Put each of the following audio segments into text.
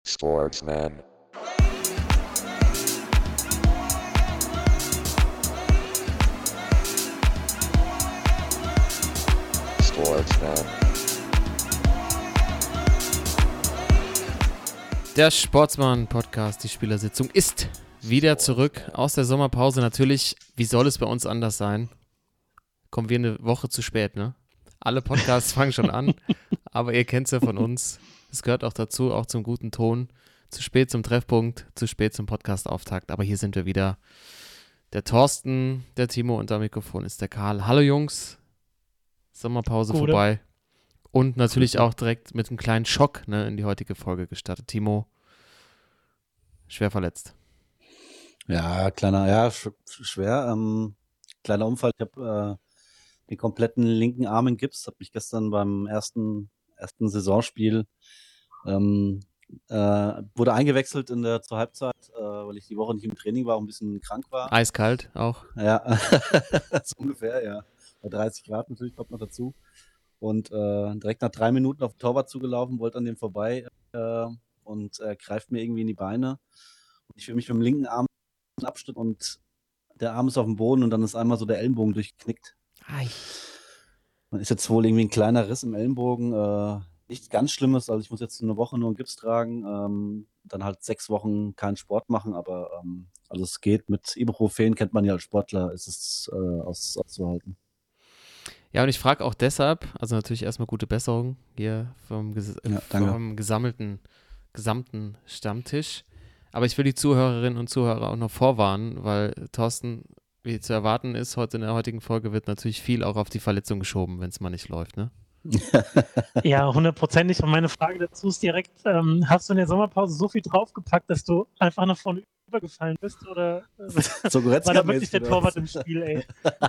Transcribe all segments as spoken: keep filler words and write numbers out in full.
Sportsman. Sportsman. Der Sportsmann-Podcast, die Spielersitzung, ist wieder zurück aus der Sommerpause. Natürlich, wie soll es bei uns anders sein? Kommen wir eine Woche zu spät, ne? Alle Podcasts fangen schon an, aber ihr kennt es ja von uns. Es gehört auch dazu, auch zum guten Ton. Zu spät zum Treffpunkt, zu spät zum Podcast-Auftakt. Aber hier sind wir wieder. Der Thorsten, der Timo und am Mikrofon ist der Karl. Hallo Jungs, Sommerpause Gute. vorbei. Und natürlich auch direkt mit einem kleinen Schock ne, in die heutige Folge gestartet. Timo, schwer verletzt. Ja, kleiner, ja, sch- schwer. Ähm, kleiner Unfall. Ich habe äh, den kompletten linken Arm in Gips. Habe mich gestern beim ersten, ersten Saisonspiel ähm, äh, wurde eingewechselt in der zur Halbzeit, äh, weil ich die Woche nicht im Training war und ein bisschen krank war. Eiskalt auch. Ja, so ungefähr, ja. Bei dreißig Grad natürlich kommt noch dazu. Und äh, direkt nach drei Minuten auf den Torwart zugelaufen, wollte an dem vorbei äh, und äh, greift mir irgendwie in die Beine. Und ich will mich mit dem linken Arm abstützen und der Arm ist auf dem Boden und dann ist einmal so der Ellenbogen durchgeknickt. Ei. Dann ist jetzt wohl irgendwie ein kleiner Riss im Ellenbogen. Äh, nichts ganz Schlimmes, also ich muss jetzt eine Woche nur einen Gips tragen, ähm, dann halt sechs Wochen keinen Sport machen, aber ähm, also es geht mit Ibuprofen, kennt man ja als Sportler, ist es äh, aus, auszuhalten. Ja, und ich frage auch deshalb, also natürlich erstmal gute Besserung hier vom, ges Ja, danke. vom gesammelten, gesamten Stammtisch. Aber ich will die Zuhörerinnen und Zuhörer auch noch vorwarnen, weil Thorsten, wie zu erwarten ist, heute in der heutigen Folge wird natürlich viel auch auf die Verletzung geschoben, wenn es mal nicht läuft, ne? Ja, hundertprozentig. Und meine Frage dazu ist direkt, ähm, hast du in der Sommerpause so viel draufgepackt, dass du einfach nach vorne übergefallen bist? Oder äh, So war da wirklich Goretzka-mäßig, der oder Torwart was? im Spiel, ey?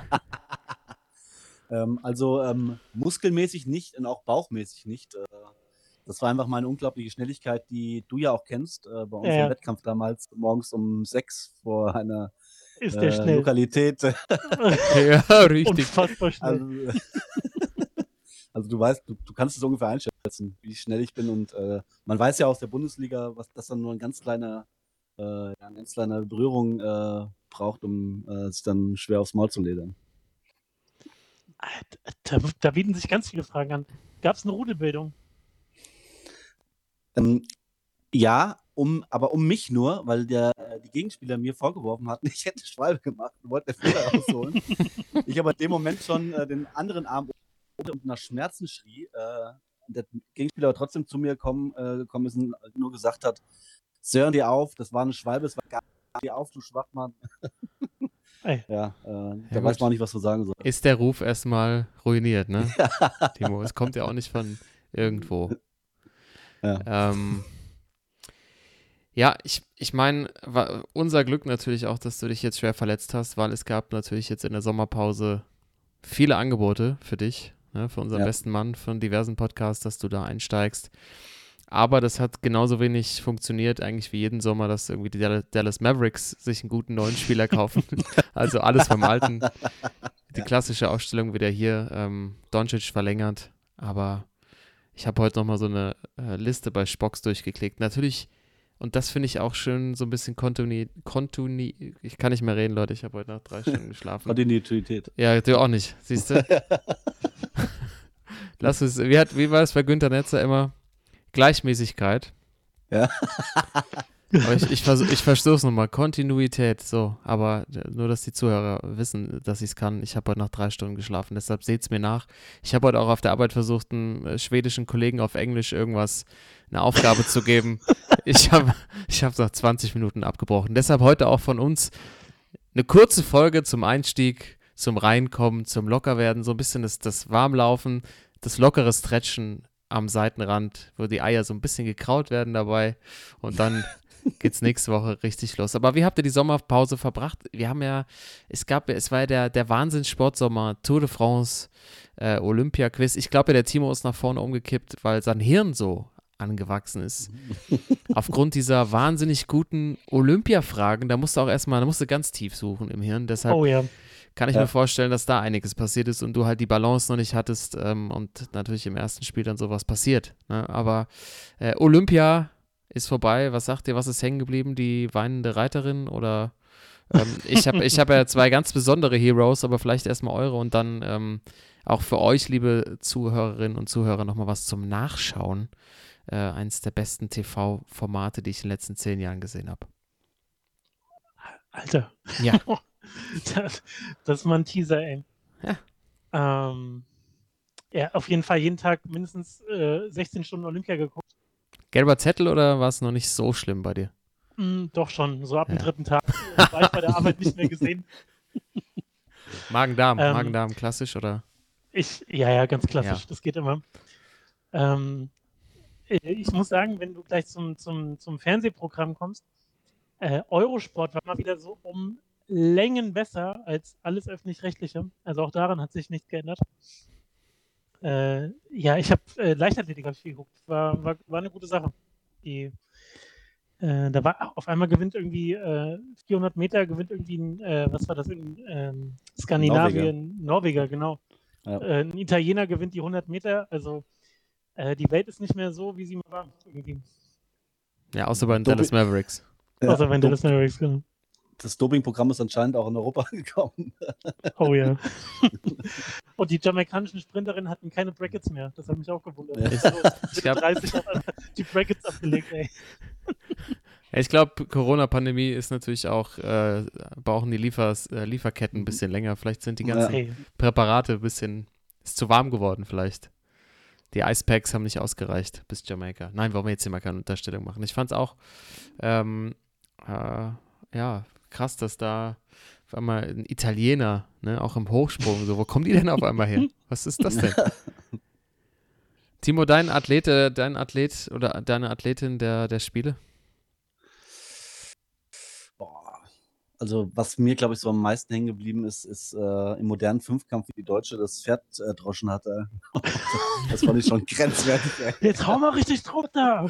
Ähm, also ähm, muskelmäßig nicht und auch bauchmäßig nicht. Äh, das war einfach mal eine unglaubliche Schnelligkeit, die du ja auch kennst, äh, bei unserem Ja, Wettkampf damals morgens um sechs vor einer ist der äh, schnell. Lokalität. Ja, richtig. Unfassbar schnell. Also, also du weißt, du, du kannst es ungefähr einschätzen, wie schnell ich bin. Und äh, man weiß ja aus der Bundesliga, was das dann nur ein ganz kleiner, äh, ja, eine ganz kleine Berührung äh, braucht, um äh, sich dann schwer aufs Maul zu ledern. Da, da bieten sich ganz viele Fragen an. Gab es eine Rudelbildung? Ähm, ja, um, aber um mich nur, weil der, äh, die Gegenspieler mir vorgeworfen hatten, ich hätte Schwalbe gemacht und wollte den Fehler rausholen. Ich aber in dem Moment schon äh, den anderen Arm und nach Schmerzen schrie. Äh, und der Gegenspieler aber trotzdem zu mir kommen, äh, gekommen ist und nur gesagt hat, Sören dir auf, das war eine Schwalbe, es war gar nicht auf, du Schwachmann. Ey. Ja, äh, da Ja, weiß gut. man auch nicht, was du sagen soll. Ist der Ruf erstmal ruiniert, ne? Timo, es kommt ja auch nicht von irgendwo. Ja. Ähm, ja, ich, ich meine, unser Glück natürlich auch, dass du dich jetzt schwer verletzt hast, weil es gab natürlich jetzt in der Sommerpause viele Angebote für dich, ne, für unseren Ja. besten Mann von diversen Podcasts, dass du da einsteigst. Aber das hat genauso wenig funktioniert eigentlich wie jeden Sommer, dass irgendwie die Dall- Dallas Mavericks sich einen guten neuen Spieler kaufen. Also alles vom Alten. Die klassische Ausstellung wieder hier, ähm, Doncic verlängert, aber ich habe heute nochmal so eine äh, Liste bei Spox durchgeklickt. Natürlich, und das finde ich auch schön, so ein bisschen Kontuni, Kontuni, ich kann nicht mehr reden, Leute, ich habe heute noch drei Stunden geschlafen. Kontinuität. Ja, du auch nicht, siehst du? Lass es, wie, hat, wie war es bei Günther Netzer immer? Gleichmäßigkeit. Ja. Aber ich, ich, vers ich versuche es nochmal. Kontinuität, so. Aber nur, dass die Zuhörer wissen, dass ich es kann. Ich habe heute noch drei Stunden geschlafen, deshalb seht es mir nach. Ich habe heute auch auf der Arbeit versucht, einem äh, schwedischen Kollegen auf Englisch irgendwas, eine Aufgabe zu geben. Ich habe ich es nach zwanzig Minuten abgebrochen. Deshalb heute auch von uns eine kurze Folge zum Einstieg, zum Reinkommen, zum Lockerwerden, so ein bisschen das, das Warmlaufen, das lockere Stretchen am Seitenrand, wo die Eier so ein bisschen gekraut werden dabei und dann geht's nächste Woche richtig los. Aber wie habt ihr die Sommerpause verbracht? Wir haben ja, es gab, es war ja der, der Wahnsinns-Sportsommer, Tour de France, äh, Olympia-Quiz. Ich glaube ja, der Timo ist nach vorne umgekippt, weil sein Hirn so angewachsen ist. Aufgrund dieser wahnsinnig guten Olympia-Fragen, da musst du auch erstmal, da musst du ganz tief suchen im Hirn. Deshalb Oh ja. kann ich Ja. mir vorstellen, dass da einiges passiert ist und du halt die Balance noch nicht hattest ähm, und natürlich im ersten Spiel dann sowas passiert. Ne? Aber äh, Olympia ist vorbei. Was sagt ihr, was ist hängen geblieben? Die weinende Reiterin oder ähm, ich habe ich hab ja zwei ganz besondere Heroes, aber vielleicht erstmal eure und dann ähm, auch für euch, liebe Zuhörerinnen und Zuhörer, nochmal was zum Nachschauen. Äh, eines der besten T V-Formate, die ich in den letzten zehn Jahren gesehen habe. Alter. Ja. das, das ist mal ein Teaser, ey. Ja. Ähm, ja, auf jeden Fall jeden Tag mindestens äh, sechzehn Stunden Olympia geguckt. Gelber Zettel oder war es noch nicht so schlimm bei dir? Mm, doch schon, so ab dem Ja. dritten Tag äh, war ich bei der Arbeit nicht mehr gesehen. Magen-Darm, Ähm, Magen-Darm, klassisch oder? Ich, ja, ja, ganz klassisch, Ja. das geht immer. Ähm, ich muss sagen, wenn du gleich zum, zum, zum Fernsehprogramm kommst, äh, Eurosport war mal wieder so um Längen besser als alles Öffentlich-Rechtliche. Also auch daran hat sich nichts geändert. Äh, ja, ich habe äh, Leichtathletik hab ich viel geguckt. War, war, war eine gute Sache. Die, äh, da war auf einmal gewinnt irgendwie äh, vierhundert Meter, gewinnt irgendwie ein, äh, was war das, in ähm, Skandinavien, Norweger, genau. Ja. Äh, ein Italiener gewinnt die hundert Meter, also äh, die Welt ist nicht mehr so, wie sie mal war. Irgendwie. Ja, außer bei den Dopi- Dallas Mavericks. Ja, Außer wenn Do- Dallas Mavericks, genau. Das Dopingprogramm ist anscheinend auch in Europa angekommen. Oh ja. Und die jamaikanischen Sprinterinnen hatten keine Brackets mehr. Das hat mich auch gewundert. Ja. Also, Ich glaub- dreißig hat die Brackets abgelegt, ey. Ja, ich glaube, Corona-Pandemie ist natürlich auch, äh, brauchen die Liefers, äh, Lieferketten ein bisschen länger. Vielleicht sind die ganzen Ja. Ey, Präparate ein bisschen, ist zu warm geworden vielleicht. Die Icepacks haben nicht ausgereicht bis Jamaika. Nein, wollen wir jetzt hier mal keine Unterstellung machen. Ich fand es auch, ähm, äh, ja, krass, dass da auf einmal ein Italiener, ne, auch im Hochsprung, so, wo kommen die denn auf einmal her? Was ist das denn? Timo, dein Athlet, äh, dein Athlet oder deine Athletin der, der Spiele? Boah. Also, was mir, glaube ich, so am meisten hängen geblieben ist, ist äh, im modernen Fünfkampf, wie die Deutsche das Pferd äh, droschen hatte. Das fand ich schon grenzwertig. Ey. jetzt hau mal richtig drauf da.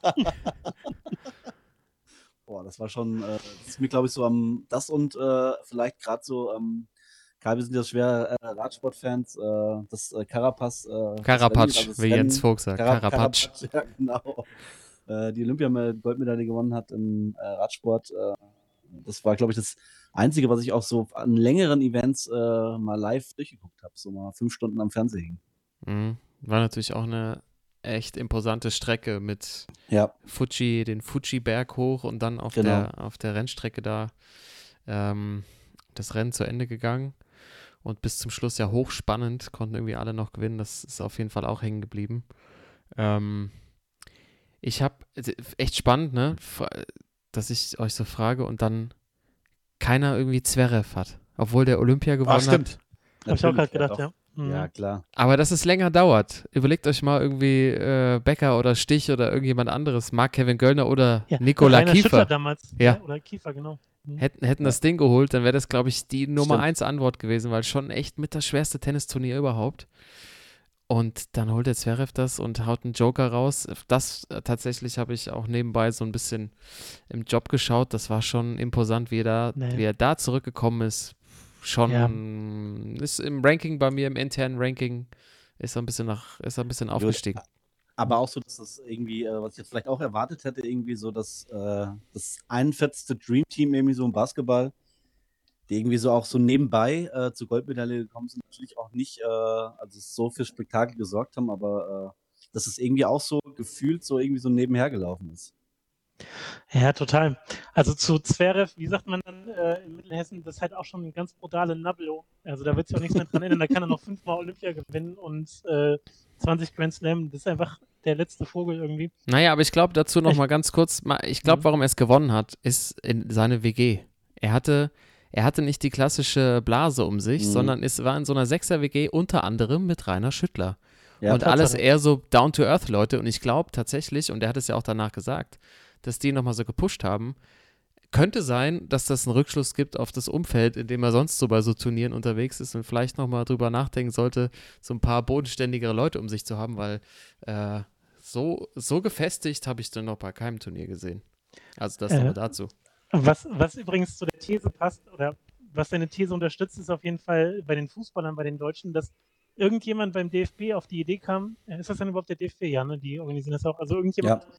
Boah, das war schon, äh, das ist mir, glaube ich, so am, das und äh, vielleicht gerade so, ähm, Kai, wir sind ja schwer äh, Radsportfans, äh, das äh, Carapaz. Äh, das Rennen, Karapatsch, also das wie Jens Rennen- Vogt sagt. Kara- Karapatsch. Karapatsch, ja, genau. Äh, die Olympia-Goldmedaille gewonnen hat im äh, Radsport. Äh, das war, glaube ich, das Einzige, was ich auch so an längeren Events äh, mal live durchgeguckt habe. So mal fünf Stunden am Fernseher hing. Mhm. War natürlich auch eine echt imposante Strecke mit Ja, Fuji, den Fuji-Berg hoch und dann auf, Genau. der, auf der Rennstrecke da ähm, das Rennen zu Ende gegangen. Und bis zum Schluss ja hochspannend, konnten irgendwie alle noch gewinnen. Das ist auf jeden Fall auch hängen geblieben. Ähm, ich habe, echt spannend, ne, Fra- dass ich euch so frage und dann keiner irgendwie Zverev hat. Obwohl der Olympia gewonnen hat. Hab ich auch gerade Natürlich, gedacht, doch. ja. Mhm. Ja, klar. Aber dass es länger dauert. Überlegt euch mal irgendwie äh, Becker oder Stich oder irgendjemand anderes, Marc Kevin Göllner oder Ja, Nikola Rainer Schüttler Kiefer. damals. Ja. Oder Kiefer, genau. Mhm. Hätten, hätten das Ding geholt, dann wäre das, glaube ich, die Nummer Stimmt. eins Antwort gewesen, weil schon echt mit das schwerste Tennisturnier überhaupt. Und dann holt der Zverev das und haut einen Joker raus. Das äh, tatsächlich habe ich auch nebenbei so ein bisschen im Job geschaut. Das war schon imposant, wie er da, Nee. wie er da zurückgekommen ist. Schon ist im Ranking bei mir, im internen Ranking, ist er ein bisschen nach, ist er ein bisschen aufgestiegen. Aber auch so, dass das irgendwie, äh, was ich jetzt vielleicht auch erwartet hätte, irgendwie so das, äh, das einundvierzigste Dream Team irgendwie so im Basketball, die irgendwie so auch so nebenbei äh, zur Goldmedaille gekommen sind, natürlich auch nicht, äh, also so für Spektakel gesorgt haben, aber äh, dass es irgendwie auch so gefühlt so irgendwie so nebenher gelaufen ist. Ja, total. Also zu Zverev, wie sagt man dann äh, in Mittelhessen, das ist halt auch schon ein ganz brutale Nablo. Also da wird sich auch nichts mehr dran ändern. Da kann er noch fünfmal Olympia gewinnen und äh, zwanzig Grand Slam. Das ist einfach der letzte Vogel irgendwie. Naja, aber ich glaube dazu noch mal ganz kurz, mal- ich glaube, Mhm. warum er es gewonnen hat, ist in seine W G. Er hatte, er hatte nicht die klassische Blase um sich, Mhm. sondern es war in so einer Sechser-W G unter anderem mit Rainer Schüttler. Ja, und Tatsache. alles eher so Down-to-Earth-Leute. Und ich glaube tatsächlich, und er hat es ja auch danach gesagt, dass die nochmal so gepusht haben. Könnte sein, dass das einen Rückschluss gibt auf das Umfeld, in dem er sonst so bei so Turnieren unterwegs ist und vielleicht nochmal drüber nachdenken sollte, so ein paar bodenständigere Leute um sich zu haben, weil äh, so, so gefestigt habe ich dann noch bei keinem Turnier gesehen. Also das Äh, nochmal dazu. Was, was übrigens zu der These passt, oder was deine These unterstützt, ist auf jeden Fall bei den Fußballern, bei den Deutschen, dass irgendjemand beim D F B auf die Idee kam, äh, ist das dann überhaupt der D F B? Ja, ne? Die organisieren das auch. Also irgendjemand, Ja.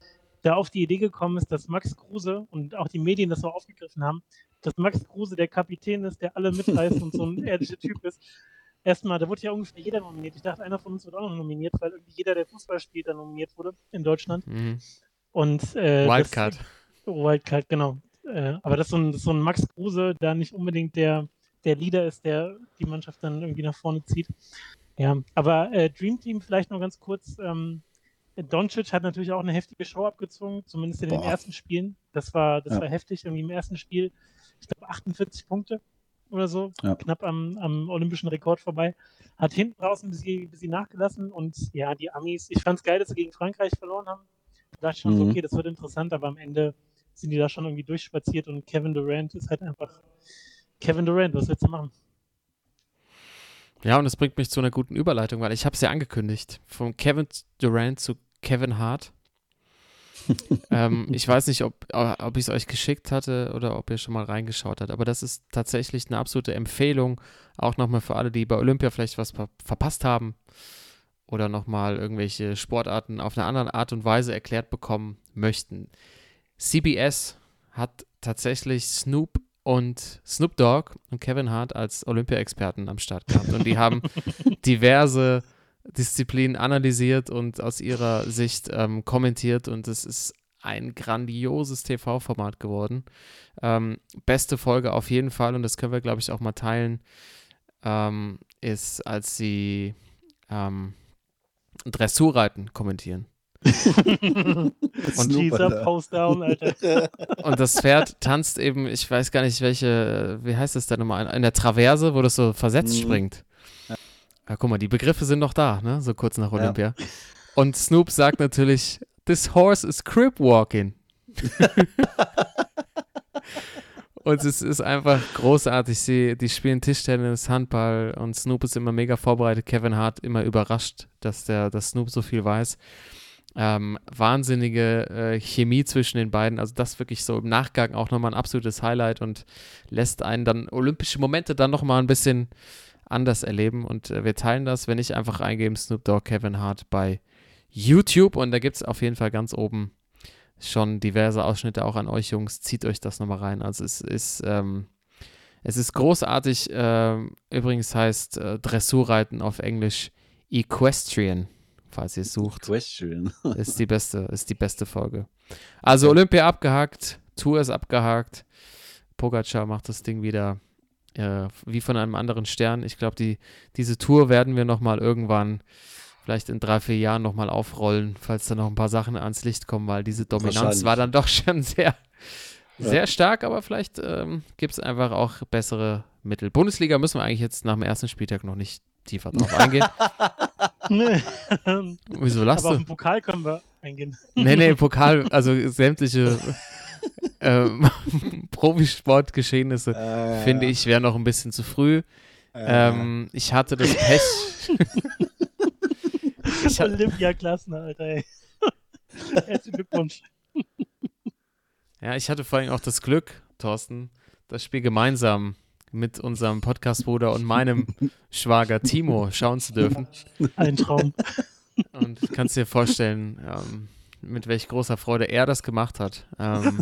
da auf die Idee gekommen ist, dass Max Kruse und auch die Medien das so aufgegriffen haben, dass Max Kruse der Kapitän ist, der alle mitreißt und so ein ehrlicher Typ ist. Erstmal, da wurde ja ungefähr jeder nominiert. Ich dachte, einer von uns wird auch noch nominiert, weil irgendwie jeder, der Fußball spielt, da nominiert wurde in Deutschland. Mhm. Und äh, Wildcard. Das, Wildcard, genau. Äh, aber dass so ein, dass so ein Max Kruse da nicht unbedingt der, der Leader ist, der die Mannschaft dann irgendwie nach vorne zieht. Ja, aber äh, Dream Team vielleicht noch ganz kurz. Ähm, Doncic hat natürlich auch eine heftige Show abgezogen, zumindest in den Boah. ersten Spielen. Das war, das Ja. war heftig. Irgendwie im ersten Spiel, ich glaube, achtundvierzig Punkte oder so, Ja. knapp am, am olympischen Rekord vorbei. Hat hinten draußen ein bisschen, bisschen nachgelassen und ja, die Amis, ich fand es geil, dass sie gegen Frankreich verloren haben. Da dachte ich schon so, Mhm. okay, das wird interessant, aber am Ende sind die da schon irgendwie durchspaziert und Kevin Durant ist halt einfach Kevin Durant, was willst du machen? Ja, und das bringt mich zu einer guten Überleitung, weil ich habe es ja angekündigt. Von Kevin Durant zu Kevin Hart. ähm, ich weiß nicht, ob, ob ich es euch geschickt hatte oder ob ihr schon mal reingeschaut habt, aber das ist tatsächlich eine absolute Empfehlung, auch nochmal für alle, die bei Olympia vielleicht was ver- verpasst haben oder nochmal irgendwelche Sportarten auf eine andere Art und Weise erklärt bekommen möchten. C B S hat tatsächlich Snoop und Snoop Dogg und Kevin Hart als Olympia-Experten am Start gehabt und die haben diverse Disziplinen analysiert und aus ihrer Sicht ähm, kommentiert und es ist ein grandioses T V-Format geworden. Ähm, beste Folge auf jeden Fall und das können wir, glaube ich, auch mal teilen, ähm, ist, als sie ähm, Dressurreiten kommentieren. Und Teaser, Post down, Alter. Und das Pferd tanzt eben, ich weiß gar nicht, welche, wie heißt das da nochmal, in der Traverse, wo das so versetzt Mhm. springt. Ja, guck mal, die Begriffe sind noch da, ne? So kurz nach Ja. Olympia. Und Snoop sagt natürlich, this horse is crib walking. Und es ist einfach großartig. Sie, die spielen Tischtennis, Handball und Snoop ist immer mega vorbereitet. Kevin Hart immer überrascht, dass der, dass Snoop so viel weiß. Ähm, wahnsinnige äh, Chemie zwischen den beiden. Also das wirklich so im Nachgang auch nochmal ein absolutes Highlight und lässt einen dann olympische Momente dann nochmal ein bisschen anders erleben. Und äh, wir teilen das, wenn ich einfach eingebe, Snoop Dogg, Kevin Hart bei YouTube. Und da gibt es auf jeden Fall ganz oben schon diverse Ausschnitte auch an euch Jungs. Zieht euch das nochmal rein. Also es ist, ähm, es ist großartig. Ähm, übrigens heißt äh, Dressurreiten auf Englisch Equestrian, falls ihr es sucht. Question. Ist die beste, ist die beste Folge. Also Olympia abgehakt, Tour ist abgehakt. Pogacar macht das Ding wieder äh, wie von einem anderen Stern. Ich glaube, die, diese Tour werden wir nochmal irgendwann, vielleicht in drei, vier Jahren nochmal aufrollen, falls da noch ein paar Sachen ans Licht kommen, weil diese Dominanz Wahrscheinlich. war dann doch schon sehr, Ja. sehr stark, aber vielleicht ähm, gibt es einfach auch bessere Mittel. Bundesliga müssen wir eigentlich jetzt nach dem ersten Spieltag noch nicht tiefer drauf eingehen. Nee. Wieso lachst Aber auf du? den Pokal können wir eingehen. Nee, nee, Pokal, also sämtliche ähm, Profisportgeschehnisse, Äh, finde ich, wäre noch ein bisschen zu früh. äh, Ähm, ich hatte das Pech. ich ha- Olympiaklassen, Alter, ey. Herzlichen Glückwunsch. ja, ich hatte vor allem auch das Glück, Thorsten, das Spiel gemeinsam mit unserem Podcastbruder und meinem Schwager Timo schauen zu dürfen. Ein Traum. Und du kannst dir vorstellen, ähm, mit welch großer Freude er das gemacht hat. Ähm,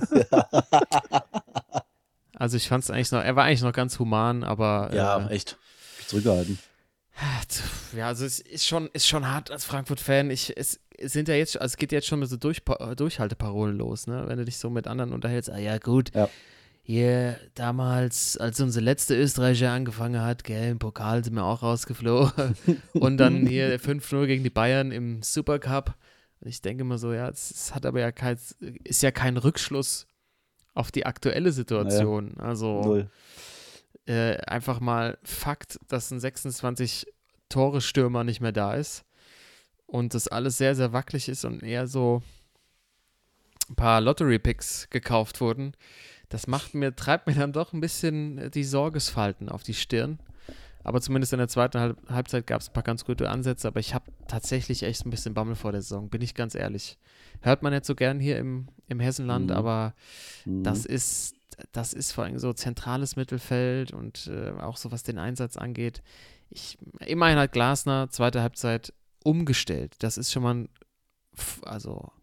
also ich fand es eigentlich noch, er war eigentlich noch ganz human, aber ja, äh, echt. Zurückgehalten. ja, also es ist schon, ist schon hart als Frankfurt-Fan. Ich, es sind ja jetzt, also es geht jetzt schon mit so Durch, Durchhalteparolen los, ne? Wenn du dich so mit anderen unterhältst, ah ja gut, Ja. hier damals, als unsere letzte Österreicher angefangen hat, gell, im Pokal sind wir auch rausgeflogen und dann hier fünf null gegen die Bayern im Supercup. Und ich denke immer so, ja, es, es hat aber ja kein, ist ja kein Rückschluss auf die aktuelle Situation. Also Null. äh, einfach mal Fakt, dass ein sechsundzwanzig-Tore-Stürmer nicht mehr da ist und das alles sehr, sehr wackelig ist und eher so ein paar Lottery-Picks gekauft wurden. Das macht mir, treibt mir dann doch ein bisschen die Sorgesfalten auf die Stirn. Aber zumindest in der zweiten Halb- Halbzeit gab es ein paar ganz gute Ansätze, aber ich habe tatsächlich echt ein bisschen Bammel vor der Saison, bin ich ganz ehrlich. Hört man nicht so gern hier im, im Hessenland, Mhm. aber Mhm. das ist, das ist vor allem so zentrales Mittelfeld und äh, auch so, was den Einsatz angeht. Ich, immerhin hat Glasner zweite Halbzeit umgestellt. Das ist schon mal ein, f- also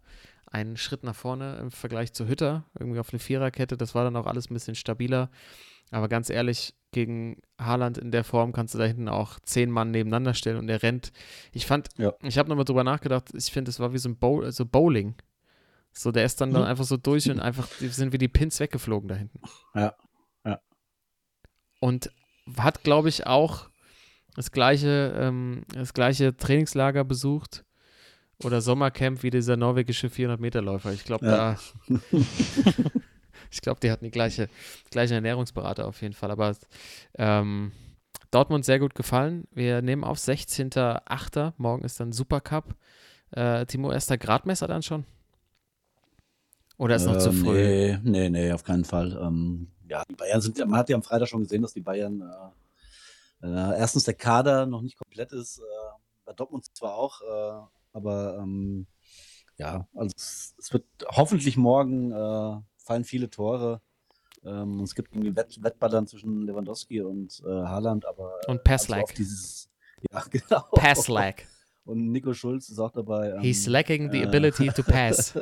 einen Schritt nach vorne im Vergleich zu Hütter, irgendwie auf eine Viererkette. Das war dann auch alles ein bisschen stabiler. Aber ganz ehrlich, gegen Haaland in der Form kannst du da hinten auch zehn Mann nebeneinander stellen und er rennt. Ich fand, Ja. ich habe nochmal drüber nachgedacht, ich finde, es war wie so ein Bowl, so Bowling. So, der ist dann, dann Mhm. einfach so durch und einfach die sind wie die Pins weggeflogen da hinten. Ja, ja. Und hat, glaube ich, auch das gleiche, ähm, das gleiche Trainingslager besucht oder Sommercamp wie dieser norwegische vierhundert-Meter-Läufer. Ich glaube, Ja. da ich glaube, die hatten die gleiche, gleiche Ernährungsberater auf jeden Fall. Aber ähm, Dortmund sehr gut gefallen. Wir nehmen auf sechzehnter achter Morgen ist dann Supercup. Äh, Timo, erster Gradmesser dann schon? Oder ist noch zu Äh, früh? Nee, nee, nee, auf keinen Fall. Ähm, ja, die Bayern sind, ja- man hat ja am Freitag schon gesehen, dass die Bayern äh, äh, erstens der Kader noch nicht komplett ist, äh, bei Dortmund zwar auch, äh, aber ähm, ja, also es, es wird hoffentlich morgen äh, fallen viele Tore. Ähm, und es gibt irgendwie Wett, Wettballern zwischen Lewandowski und äh, Haaland, aber äh, Und Passlack. also auf dieses, ja genau. Passlack. Und Nico Schulz ist auch dabei. Ähm, He's lacking the äh, ability to pass.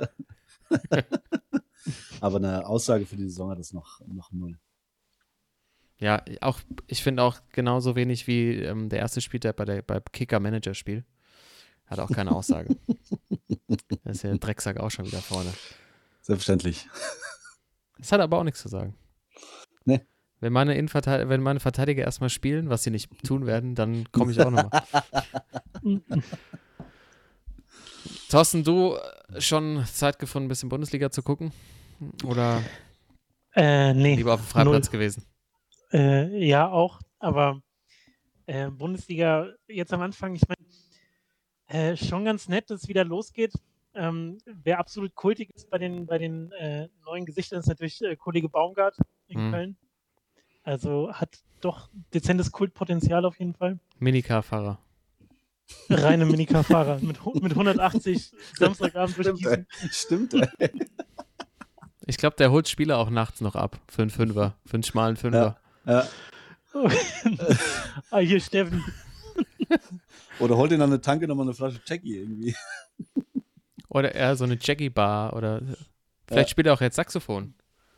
Aber eine Aussage für die Saison hat es noch, noch null. Ja, auch, ich finde auch genauso wenig wie ähm, der erste Spieltag bei der beim Kicker-Manager-Spiel. Hat auch keine Aussage. Da ist ja der Drecksack auch schon wieder vorne. Selbstverständlich. Das hat aber auch nichts zu sagen. Nee. Wenn meine, Innenverteidiger, wenn meine Verteidiger erstmal spielen, was sie nicht tun werden, dann komme ich auch nochmal. Thorsten, du äh, schon Zeit gefunden, ein bisschen Bundesliga zu gucken? Oder Äh, nee. lieber auf dem Freiplatz gewesen? Äh, ja, auch, aber äh, Bundesliga jetzt am Anfang, ich meine, äh, schon ganz nett, dass es wieder losgeht. Ähm, wer absolut kultig ist bei den, bei den äh, neuen Gesichtern, ist natürlich äh, Kollege Baumgart in Hm. Köln. Also hat doch dezentes Kultpotenzial auf jeden Fall. Minicar-Fahrer. Reine Minicar-Fahrer mit, hu- mit hundertachtzig Samstagabend Stimmt, durchgießen. ey. Stimmt, ey. Ich glaube, der holt Spieler auch nachts noch ab. Für einen Fünfer. Für einen schmalen Fünfer. Ja. Ah, hier Steffen. Oder holt ihn an eine Tanke nochmal eine Flasche Jackie irgendwie. Oder eher so eine Jackie-Bar. Oder vielleicht Ja. spielt er auch jetzt Saxophon.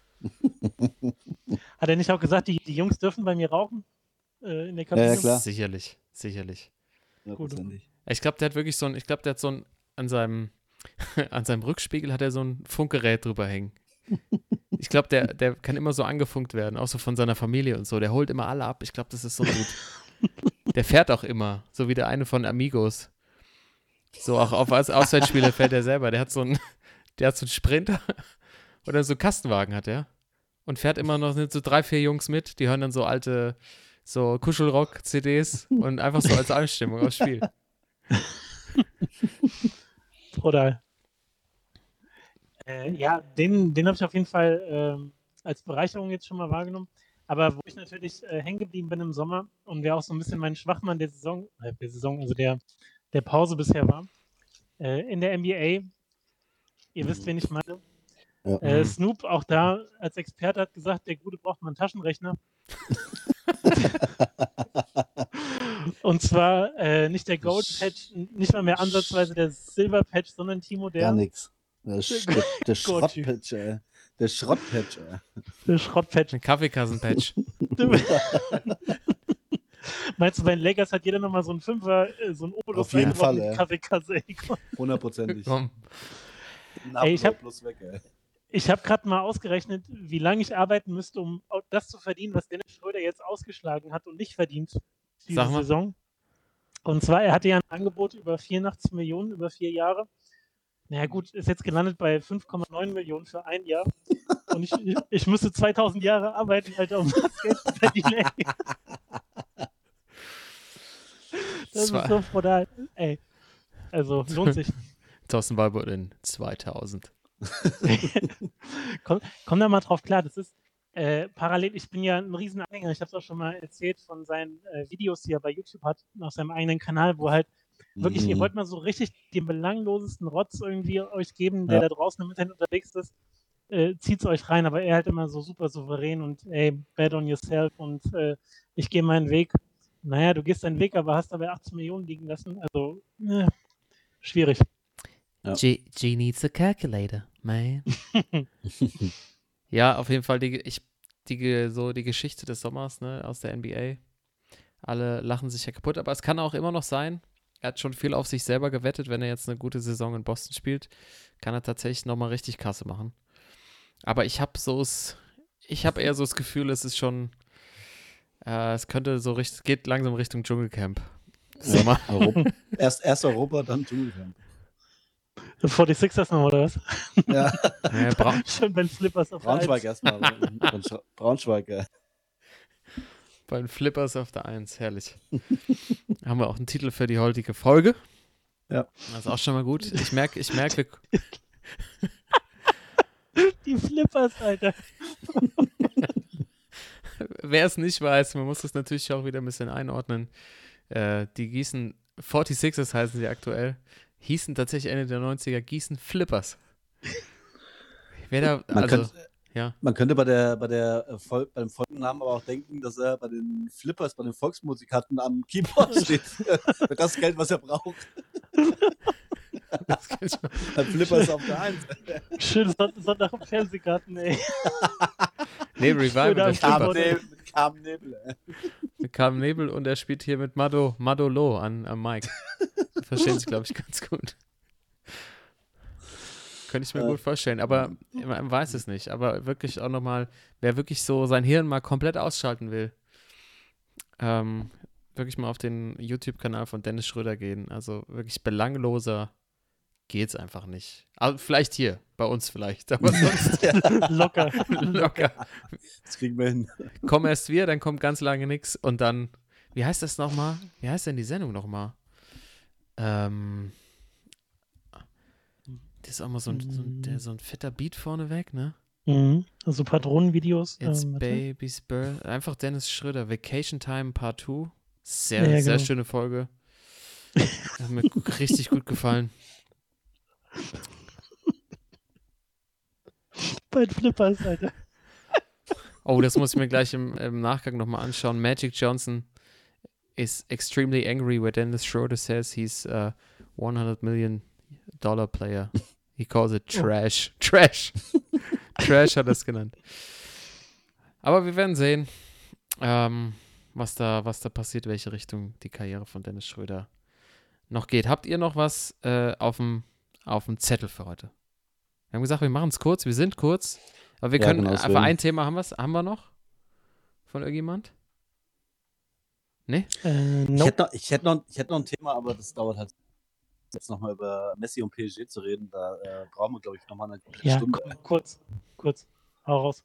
Hat er nicht auch gesagt, die, die Jungs dürfen bei mir rauchen? Äh, in der Ja, Kabine? ja, klar. Sicherlich. Sicherlich. Hundertprozentig. Ich glaube, der hat wirklich so ein, ich glaube, der hat so ein, an seinem, an seinem Rückspiegel hat er so ein Funkgerät drüber hängen. Ich glaube, der, der kann immer so angefunkt werden, auch so von seiner Familie und so. Der holt immer alle ab. Ich glaube, das ist so gut. Der fährt auch immer, so wie der eine von Amigos. So auch auf Aus Auswärtsspiele fährt er selber. Der hat so einen, der hat so einen Sprinter oder so einen Kastenwagen hat er und fährt immer noch sind so drei, vier Jungs mit. Die hören dann so alte, so Kuschelrock-C Ds und einfach so als Einstimmung aufs Spiel. Brutal. Äh, ja, den, den habe ich auf jeden Fall ähm, als Bereicherung jetzt schon mal wahrgenommen. Aber wo ich natürlich äh, hängen geblieben bin im Sommer und wer auch so ein bisschen mein Schwachmann der Saison, äh, der Saison, also der, der Pause bisher war, äh, in der N B A, ihr wisst, wen ich meine. Ja. Äh, Snoop, auch da als Experte, hat gesagt, der Gute braucht mal einen Taschenrechner. Und zwar äh, nicht der Gold Patch, nicht mal mehr ansatzweise der Silver Patch, sondern Timo, der, Gar nichts. Der, Sch der, der Gott. Schrottpatch, ey. Der Schrottpatch, ey. der Schrottpatch. Ein Kaffeekassenpatch. Meinst du, bei den Lakers hat jeder nochmal so einen Fünfer, äh, so einen Obolus Auf jeden reingeworfen Fall, mit ey. Kaffeekasse? Ey, komm. Hundertprozentig. Komm. Ey, ich hab- plus weg, ey. Ich habe gerade mal ausgerechnet, wie lange ich arbeiten müsste, um auch das zu verdienen, was Dennis Schröder jetzt ausgeschlagen hat und nicht verdient diese Sag mal. Saison. Und zwar, er hatte ja ein Angebot über vierundachtzig Millionen über vier Jahre. Naja gut, ist jetzt gelandet bei fünf Komma neun Millionen für ein Jahr. Und ich, ich, ich müsste zweitausend Jahre arbeiten, Alter, um das Geld zu verdienen. Ey. Das Zwei- ist so brutal. Ey. Also, lohnt sich. Thorsten Walbert in zweitausend. komm, komm da mal drauf klar, das ist äh, parallel, ich bin ja ein riesen Anhänger, ich habe es auch schon mal erzählt von seinen äh, Videos, die er bei YouTube hat, auf seinem eigenen Kanal, wo halt wirklich, ihr Mhm. wollt mal so richtig den belanglosesten Rotz irgendwie euch geben, der Ja. da draußen im Internet unterwegs ist, äh, zieht's euch rein, aber er halt immer so super souverän und ey, bet on yourself und äh, ich gehe meinen Weg. Naja, du gehst deinen Weg, aber hast dabei achtzehn Millionen liegen lassen, also äh, schwierig. Ja. G, G needs a calculator, man. Ja, auf jeden Fall die, ich, die, so die Geschichte des Sommers, ne, aus der N B A. Alle lachen sich ja kaputt, aber es kann auch immer noch sein, er hat schon viel auf sich selber gewettet, wenn er jetzt eine gute Saison in Boston spielt, kann er tatsächlich nochmal richtig Kasse machen. Aber ich habe so ich habe eher so das Gefühl, es ist schon, äh, es könnte so richtig, geht langsam Richtung Dschungelcamp. Sommer. Ja, Europa. Erst, erst Europa, dann Dschungelcamp. forty-sixers noch, oder was? Ja, Ja, Bra Schön bei den Flippers auf der Braunschweig Eins. erstmal. Braunsch- Braunschweig, ja. bei den Flippers auf der Eins, herrlich. Haben wir auch einen Titel für die heutige Folge. Ja. Das ist auch schon mal gut. Ich merke, ich merke, wir Die Flippers, Alter. wer es nicht weiß, man muss das natürlich auch wieder ein bisschen einordnen. Äh, die Gießen forty-sixers heißen sie aktuell, hießen tatsächlich Ende der neunziger Gießen Flippers. Wer da, Man, also, könnte, ja, man könnte bei, der, bei, der, äh, Vol bei dem Folgennamen aber auch denken, dass er bei den Flippers, bei den Volksmusikanten am Keyboard steht. Für das Geld, was er braucht. das geht schon. Bei Flippers auf der Eins. Schönes Son- Sonntag im Fernsehgarten, ey. Nee, Revival der Schöner Flippers. Keyboard. Nebel, mit Carmen Nebel. ey. Mit Carmen Nebel und er spielt hier mit Mado, Mado Lo an, am Mic. Verstehen sich, glaube ich, ganz gut. Könnte ich mir Äh, gut vorstellen, aber man weiß es nicht. Aber wirklich auch nochmal, wer wirklich so sein Hirn mal komplett ausschalten will, ähm, wirklich mal auf den YouTube-Kanal von Dennis Schröder gehen. Also wirklich belangloser geht's einfach nicht. Also vielleicht hier, bei uns vielleicht, aber sonst Locker. locker. Das kriegen wir hin. Komm erst wir, dann kommt ganz lange nichts und dann, wie heißt das nochmal? Wie heißt denn die Sendung nochmal? Ähm, das ist auch mal so ein, so ein, der, so ein fetter Beat vorneweg, ne? Mhm. Also Patronenvideos. It's ähm, warte. Baby's Birth. Einfach Dennis Schröder, Vacation Time Part zwei. Sehr, Ja, sehr genau. schöne Folge. Hat mir gu- richtig gut gefallen. Bei den Flippers, Alter. Oh, das muss ich mir gleich im, im Nachgang nochmal anschauen. Magic Johnson is extremely angry when Dennis Schroeder says he's a one hundred million dollar player. He calls it trash. Trash. Trash hat er es genannt. Aber wir werden sehen, ähm, was da, was da passiert, welche Richtung die Karriere von Dennis Schröder noch geht. Habt ihr noch was äh, auf dem auf dem Zettel für heute? Wir haben gesagt, wir machen es kurz, wir sind kurz, aber wir Ja, können, genau, äh, für deswegen. ein Thema haben, wir's, haben wir noch? Von irgendjemand? Nee? Äh, Ich, nope. hätte noch, ich, hätte noch, ich hätte noch ein Thema, aber das dauert halt jetzt nochmal über Messi und P S G zu reden. Da äh, brauchen wir, glaube ich, nochmal eine gute Ja, Stunde. komm, kurz. Kurz. Hau raus.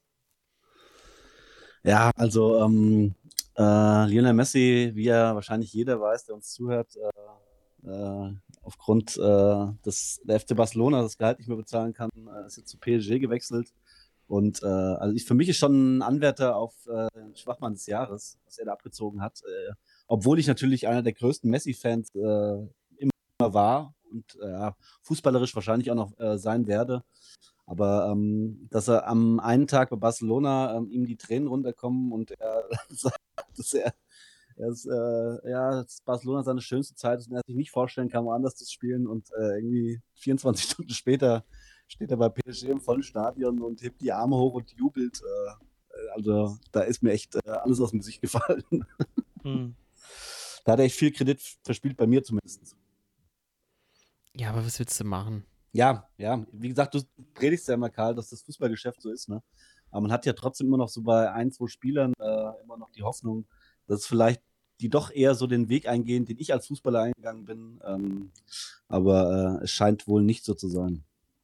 Ja, also ähm, äh, Lionel Messi, wie ja wahrscheinlich jeder weiß, der uns zuhört, äh, äh, aufgrund äh, des der F C Barcelona das Gehalt nicht mehr bezahlen kann, äh, ist jetzt zu P S G gewechselt. Und äh, also ich, für mich ist schon ein Anwärter auf äh, den Schwachmann des Jahres, was er da abgezogen hat. Äh, obwohl ich natürlich einer der größten Messi-Fans äh, immer war und äh, fußballerisch wahrscheinlich auch noch äh, sein werde. Aber ähm, dass er am einen Tag bei Barcelona ähm, ihm die Tränen runterkommen und er sagt, dass er, er ist, äh, ja, dass Barcelona seine schönste Zeit ist und er sich nicht vorstellen kann, woanders zu spielen und äh, irgendwie vierundzwanzig Stunden später steht er bei P S G im vollen Stadion und hebt die Arme hoch und jubelt. Äh, also da ist mir echt äh, alles aus dem Gesicht gefallen. Hm. Da hat er echt viel Kredit verspielt, bei mir zumindest. Ja, aber was willst du machen? Ja, ja, wie gesagt, du predigst ja immer, Karl, dass das Fußballgeschäft so ist, ne? Aber man hat ja trotzdem immer noch so bei ein, zwei Spielern äh, immer noch die Hoffnung, dass es vielleicht die doch eher so den Weg eingehen, den ich als Fußballer eingegangen bin. Ähm, aber äh, es scheint wohl nicht so zu sein.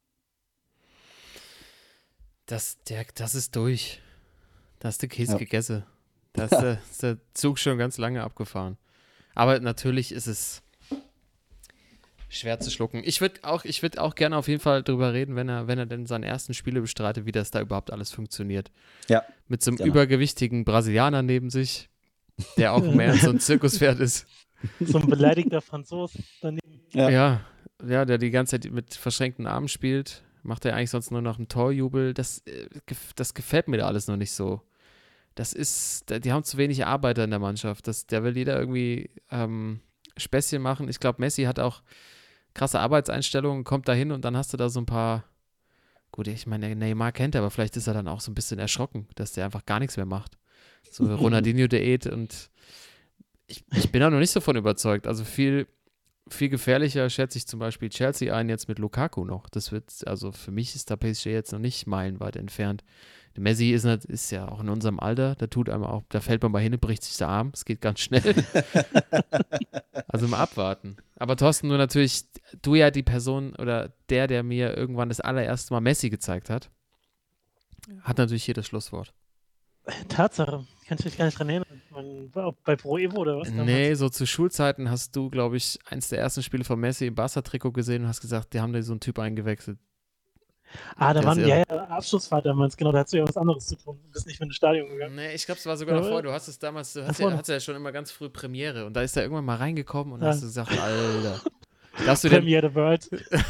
Das, der, das ist durch. Da hast du Käse Ja. gegessen. Da ist, der, ist der Zug schon ganz lange abgefahren. Aber natürlich ist es schwer zu schlucken. Ich würde auch, ich würd auch gerne auf jeden Fall drüber reden, wenn er, wenn er denn seine ersten Spiele bestreitet, wie das da überhaupt alles funktioniert. Ja. Mit so einem Gerne. übergewichtigen Brasilianer neben sich, der auch mehr so ein Zirkuspferd ist. So ein beleidigter Franzos daneben. Ja. Ja, ja, der die ganze Zeit mit verschränkten Armen spielt. Macht er eigentlich sonst nur noch einen Torjubel. Das, äh, gef- das gefällt mir da alles noch nicht so. Das ist, da- die haben zu wenig Arbeiter in der Mannschaft. Das, der will jeder irgendwie ähm, Späßchen machen. Ich glaube, Messi hat auch krasse Arbeitseinstellung, kommt da hin und dann hast du da so ein paar, gut, ich meine, Neymar kennt er, aber vielleicht ist er dann auch so ein bisschen erschrocken, dass der einfach gar nichts mehr macht. So Ronaldinho-Diät und ich, ich bin da noch nicht so von überzeugt. Also viel, viel gefährlicher schätze ich zum Beispiel Chelsea ein jetzt mit Lukaku noch. Das wird, also für mich ist da P S G jetzt noch nicht meilenweit entfernt. Der Messi ist, nicht, ist ja auch in unserem Alter, da tut einem auch, da fällt man mal hin, bricht sich der Arm, es geht ganz schnell. Also mal abwarten. Aber Thorsten, du natürlich, du ja die Person oder der, der mir irgendwann das allererste Mal Messi gezeigt hat, hat natürlich hier das Schlusswort. Tatsache, kann ich mich gar nicht dran erinnern. Man war auch bei Pro Evo oder was damals? Nee, so zu Schulzeiten hast du, glaube ich, eins der ersten Spiele von Messi im Barca-Trikot gesehen und hast gesagt, die haben da so einen Typ eingewechselt. Ah, da Der waren ist ja, irre. ja Abschlussfahrt damals, genau, da hast du ja was anderes zu tun. Du bist nicht mehr ins Stadion gegangen. Nee, ich glaube, es war sogar Ja, davor. Du hast es damals, du hast davor ja, noch. hast ja schon immer ganz früh Premiere und da ist er irgendwann mal reingekommen und Ja. hast du gesagt, Alter. Da hast du den, Premiere the World.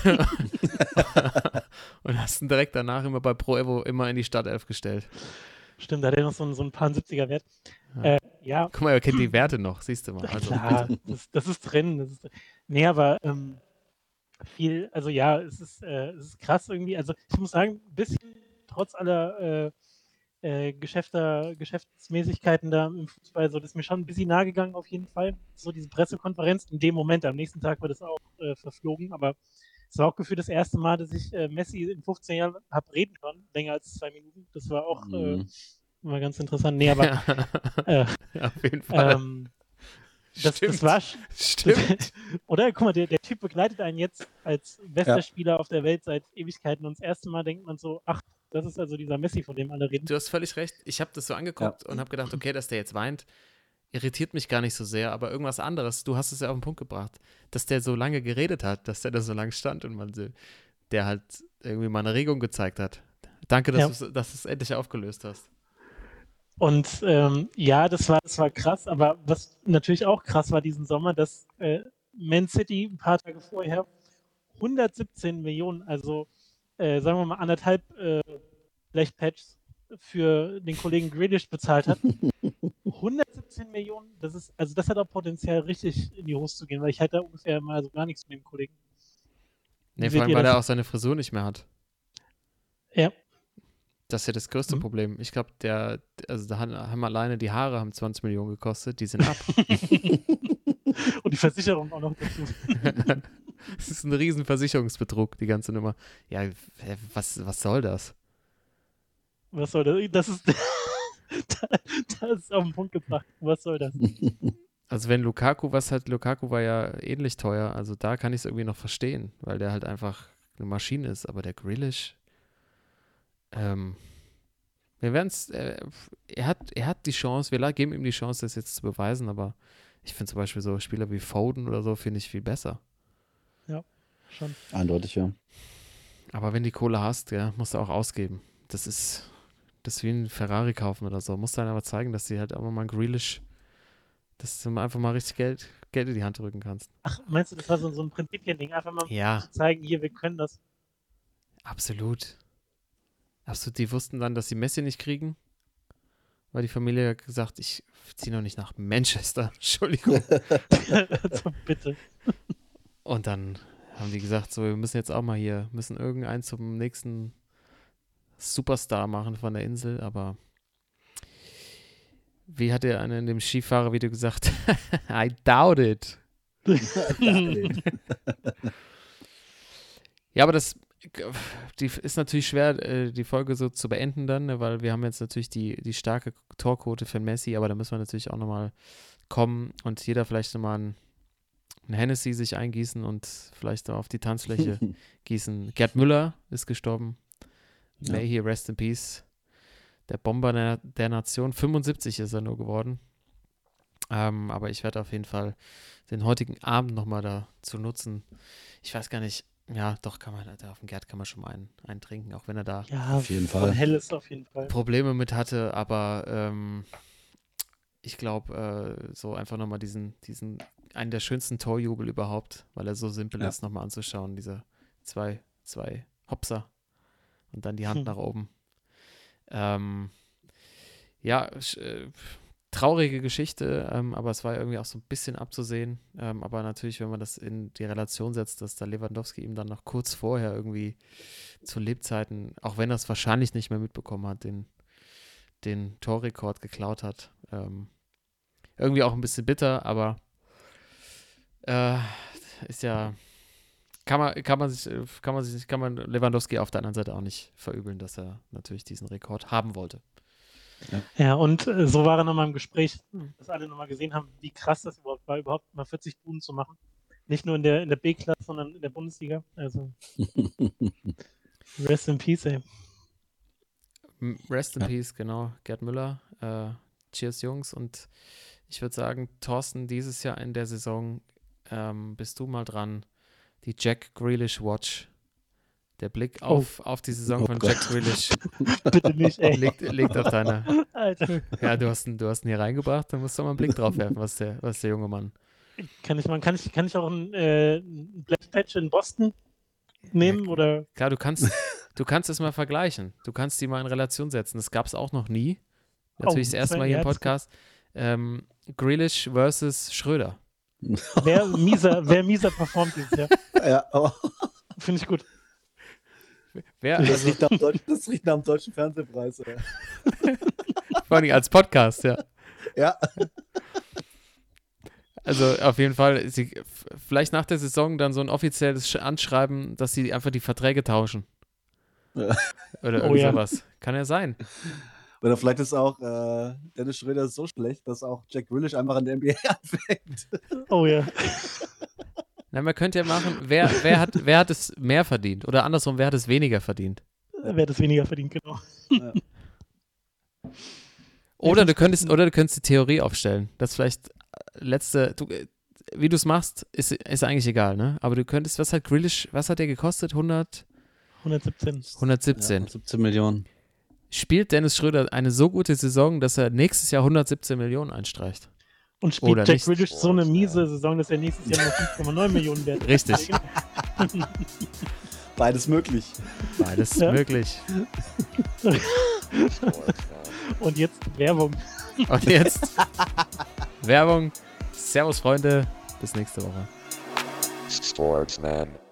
und hast ihn direkt danach immer bei Pro Evo immer in die Startelf gestellt. Stimmt, da hat er noch so einen, so einen paar siebziger Wert. Ja. Äh, ja, Guck mal, er kennt die Werte noch, siehst du mal. Also, klar, das, das ist drin. Das ist, nee, aber ähm, viel, also ja, es ist, äh, es ist krass irgendwie. Also ich muss sagen, ein bisschen trotz aller äh, äh, Geschäfter, Geschäftsmäßigkeiten da im Fußball, so, das ist mir schon ein bisschen nahe gegangen auf jeden Fall. So diese Pressekonferenz in dem Moment, am nächsten Tag war das auch äh, verflogen, aber es war auch gefühlt das erste Mal, dass ich äh, Messi in fünfzehn Jahren habe reden hören, länger als zwei Minuten. Das war auch äh, Mhm. immer ganz interessant. Nee, aber äh, ja, auf jeden Fall. ähm, das, Stimmt. das war sch- Stimmt. Oder? Guck mal, der, der Typ begleitet einen jetzt als bester Ja. Spieler auf der Welt seit Ewigkeiten und das erste Mal denkt man so, ach, das ist also dieser Messi, von dem alle reden. Du hast völlig recht. Ich habe das so angeguckt und habe gedacht, okay, dass der jetzt weint, irritiert mich gar nicht so sehr, aber irgendwas anderes, du hast es ja auf den Punkt gebracht, dass der so lange geredet hat, dass der da so lange stand und man so, der halt irgendwie mal eine Regung gezeigt hat. Danke, dass Ja. du's- dass du es endlich aufgelöst hast. Und ähm, ja, das war, das war krass, aber was natürlich auch krass war diesen Sommer, dass äh, Man City ein paar Tage vorher hundertsiebzehn Millionen, also äh, sagen wir mal anderthalb äh, Blechpatches für den Kollegen Grealish bezahlt hat. hundertsiebzehn Millionen, das ist, also das hat auch Potenzial, richtig in die Hose zu gehen, weil ich halt da ungefähr mal so gar nichts mit dem Kollegen. Nee, Wie vor seht allem, ihr weil das? er auch seine Frisur nicht mehr hat. Ja. Das ist ja das größte Mhm. Problem. Ich glaube, der, also da haben haben alleine die Haare haben zwanzig Millionen gekostet, die sind ab. Und die Versicherung auch noch dazu. Das ist ein riesen Versicherungsbetrug, die ganze Nummer. Ja, hä, was, was soll das? Was soll das? Das ist, das ist auf den Punkt gebracht. Was soll das? Also wenn Lukaku was hat, Lukaku war ja ähnlich teuer, also da kann ich es irgendwie noch verstehen, weil der halt einfach eine Maschine ist, aber der Grealish, ähm, wir werden es, äh, er hat, er hat die Chance, wir la- geben ihm die Chance, das jetzt zu beweisen, aber ich finde zum Beispiel so Spieler wie Foden oder so, finde ich viel besser. Schon. Eindeutig, ja. Aber wenn die Kohle hast, ja, musst du auch ausgeben. Das ist, das ist wie ein Ferrari kaufen oder so. Musst du dann aber zeigen, dass du halt auch mal einen Grealish, dass du einfach mal richtig Geld, Geld in die Hand drücken kannst. Ach, meinst du, das war so, so ein Prinzipiending? Einfach mal Ja, zu zeigen, hier, wir können das. absolut. Absolut. Die wussten dann, dass sie Messi nicht kriegen, weil die Familie hat gesagt, ich ziehe noch nicht nach Manchester. Entschuldigung. Also bitte. Und dann haben die gesagt, so, wir müssen jetzt auch mal hier, müssen irgendeinen zum nächsten Superstar machen von der Insel, aber wie hat der eine in dem Skifahrer-Video gesagt? I doubt it. Ja, aber das die ist natürlich schwer, äh, die Folge so zu beenden dann, ne, weil wir haben jetzt natürlich die, die starke Torquote für Messi, aber da müssen wir natürlich auch nochmal kommen und jeder vielleicht nochmal ein, ein Hennessy sich eingießen und vielleicht auf die Tanzfläche gießen. Gerd Müller ist gestorben. Ja. May he rest in peace. Der Bomber der, der Nation. fünfundsiebzig ist er nur geworden. Ähm, aber ich werde auf jeden Fall den heutigen Abend nochmal dazu nutzen. Ich weiß gar nicht, ja, doch kann man, da auf dem Gerd kann man schon mal einen, einen trinken, auch wenn er da Ja, Auf jeden von Fall. Helles auf jeden Fall. Probleme mit hatte, aber ähm, ich glaube, äh, so einfach nochmal diesen, diesen, einen der schönsten Torjubel überhaupt, weil er so simpel Ja. ist, nochmal anzuschauen, diese zwei, zwei Hopser und dann die Hand Hm. nach oben. Ähm, ja, sch- äh, traurige Geschichte, ähm, aber es war irgendwie auch so ein bisschen abzusehen. Ähm, aber natürlich, wenn man das in die Relation setzt, dass da Lewandowski ihm dann noch kurz vorher irgendwie zu Lebzeiten, auch wenn er es wahrscheinlich nicht mehr mitbekommen hat, den, den Torrekord geklaut hat. Ähm, irgendwie auch ein bisschen bitter, aber äh, ist ja, kann man, kann man sich, kann man sich, kann man Lewandowski auf der anderen Seite auch nicht verübeln, dass er natürlich diesen Rekord haben wollte. Ja, und äh, so war er nochmal im Gespräch, dass alle nochmal gesehen haben, wie krass das überhaupt war, überhaupt mal vierzig Buden zu machen. Nicht nur in der, in der B-Klasse, sondern in der Bundesliga. Also, rest in peace, ey. Rest in Ja. Peace, genau. Gerd Müller. Äh, cheers, Jungs. Und ich würde sagen, Thorsten, dieses Jahr in der Saison ähm, bist du mal dran. Die Jack Grealish Watch. Der Blick auf, auf die Saison Oh von Gott. Jack Grealish Bitte nicht, ey. liegt, liegt auf deiner. Alter. Ja, du hast ihn, du hast ihn hier reingebracht, da musst du mal einen Blick drauf werfen, was der, was der junge Mann. Kann ich, mal, kann ich, kann ich auch ein, äh, ein Black Patch in Boston nehmen? Ja, Oder? Klar, du kannst, du kannst es mal vergleichen. Du kannst die mal in Relation setzen. Das gab es auch noch nie. Natürlich Oh, das erste das- Mal hier ja, im das- Podcast. Ähm, Grealish versus Schröder. Wer mieser, wer mieser performt dieses Jahr? Ja, aber Finde ich gut. Wer, das, also, riecht nach dem deutschen, das riecht nach dem deutschen Fernsehpreis. Ja. vor allem als Podcast, ja. ja. Also auf jeden Fall, sie, f- vielleicht nach der Saison dann so ein offizielles Sch- Anschreiben, dass sie einfach die Verträge tauschen. Ja. Oder Oh irgend ja. sowas. Kann ja sein. Oder vielleicht ist auch äh, Dennis Schröder so schlecht, dass auch Jack Grealish einfach an der N B A anfängt. Oh ja. Na, man könnte ja machen, wer, wer, hat, wer hat es mehr verdient? Oder andersrum, wer hat es weniger verdient? Wer das weniger verdient, genau. Oder du könntest, oder du könntest die Theorie aufstellen. Das vielleicht letzte, du, wie du es machst, ist, ist eigentlich egal, ne? Aber du könntest, was hat Grealish, was hat der gekostet? hundert, hundertsiebzehn. hundertsiebzehn. Ja, siebzehn Millionen. Spielt Dennis Schröder eine so gute Saison, dass er nächstes Jahr hundertsiebzehn Millionen einstreicht? Und spielt Oder Jack nicht. Grealish so eine miese Saison, dass er nächstes Jahr nur fünf Komma neun Millionen wert ist. Richtig. Beides möglich. Beides Ja. möglich. Und jetzt Werbung. Und jetzt Werbung. Servus, Freunde. Bis nächste Woche. Sportsman.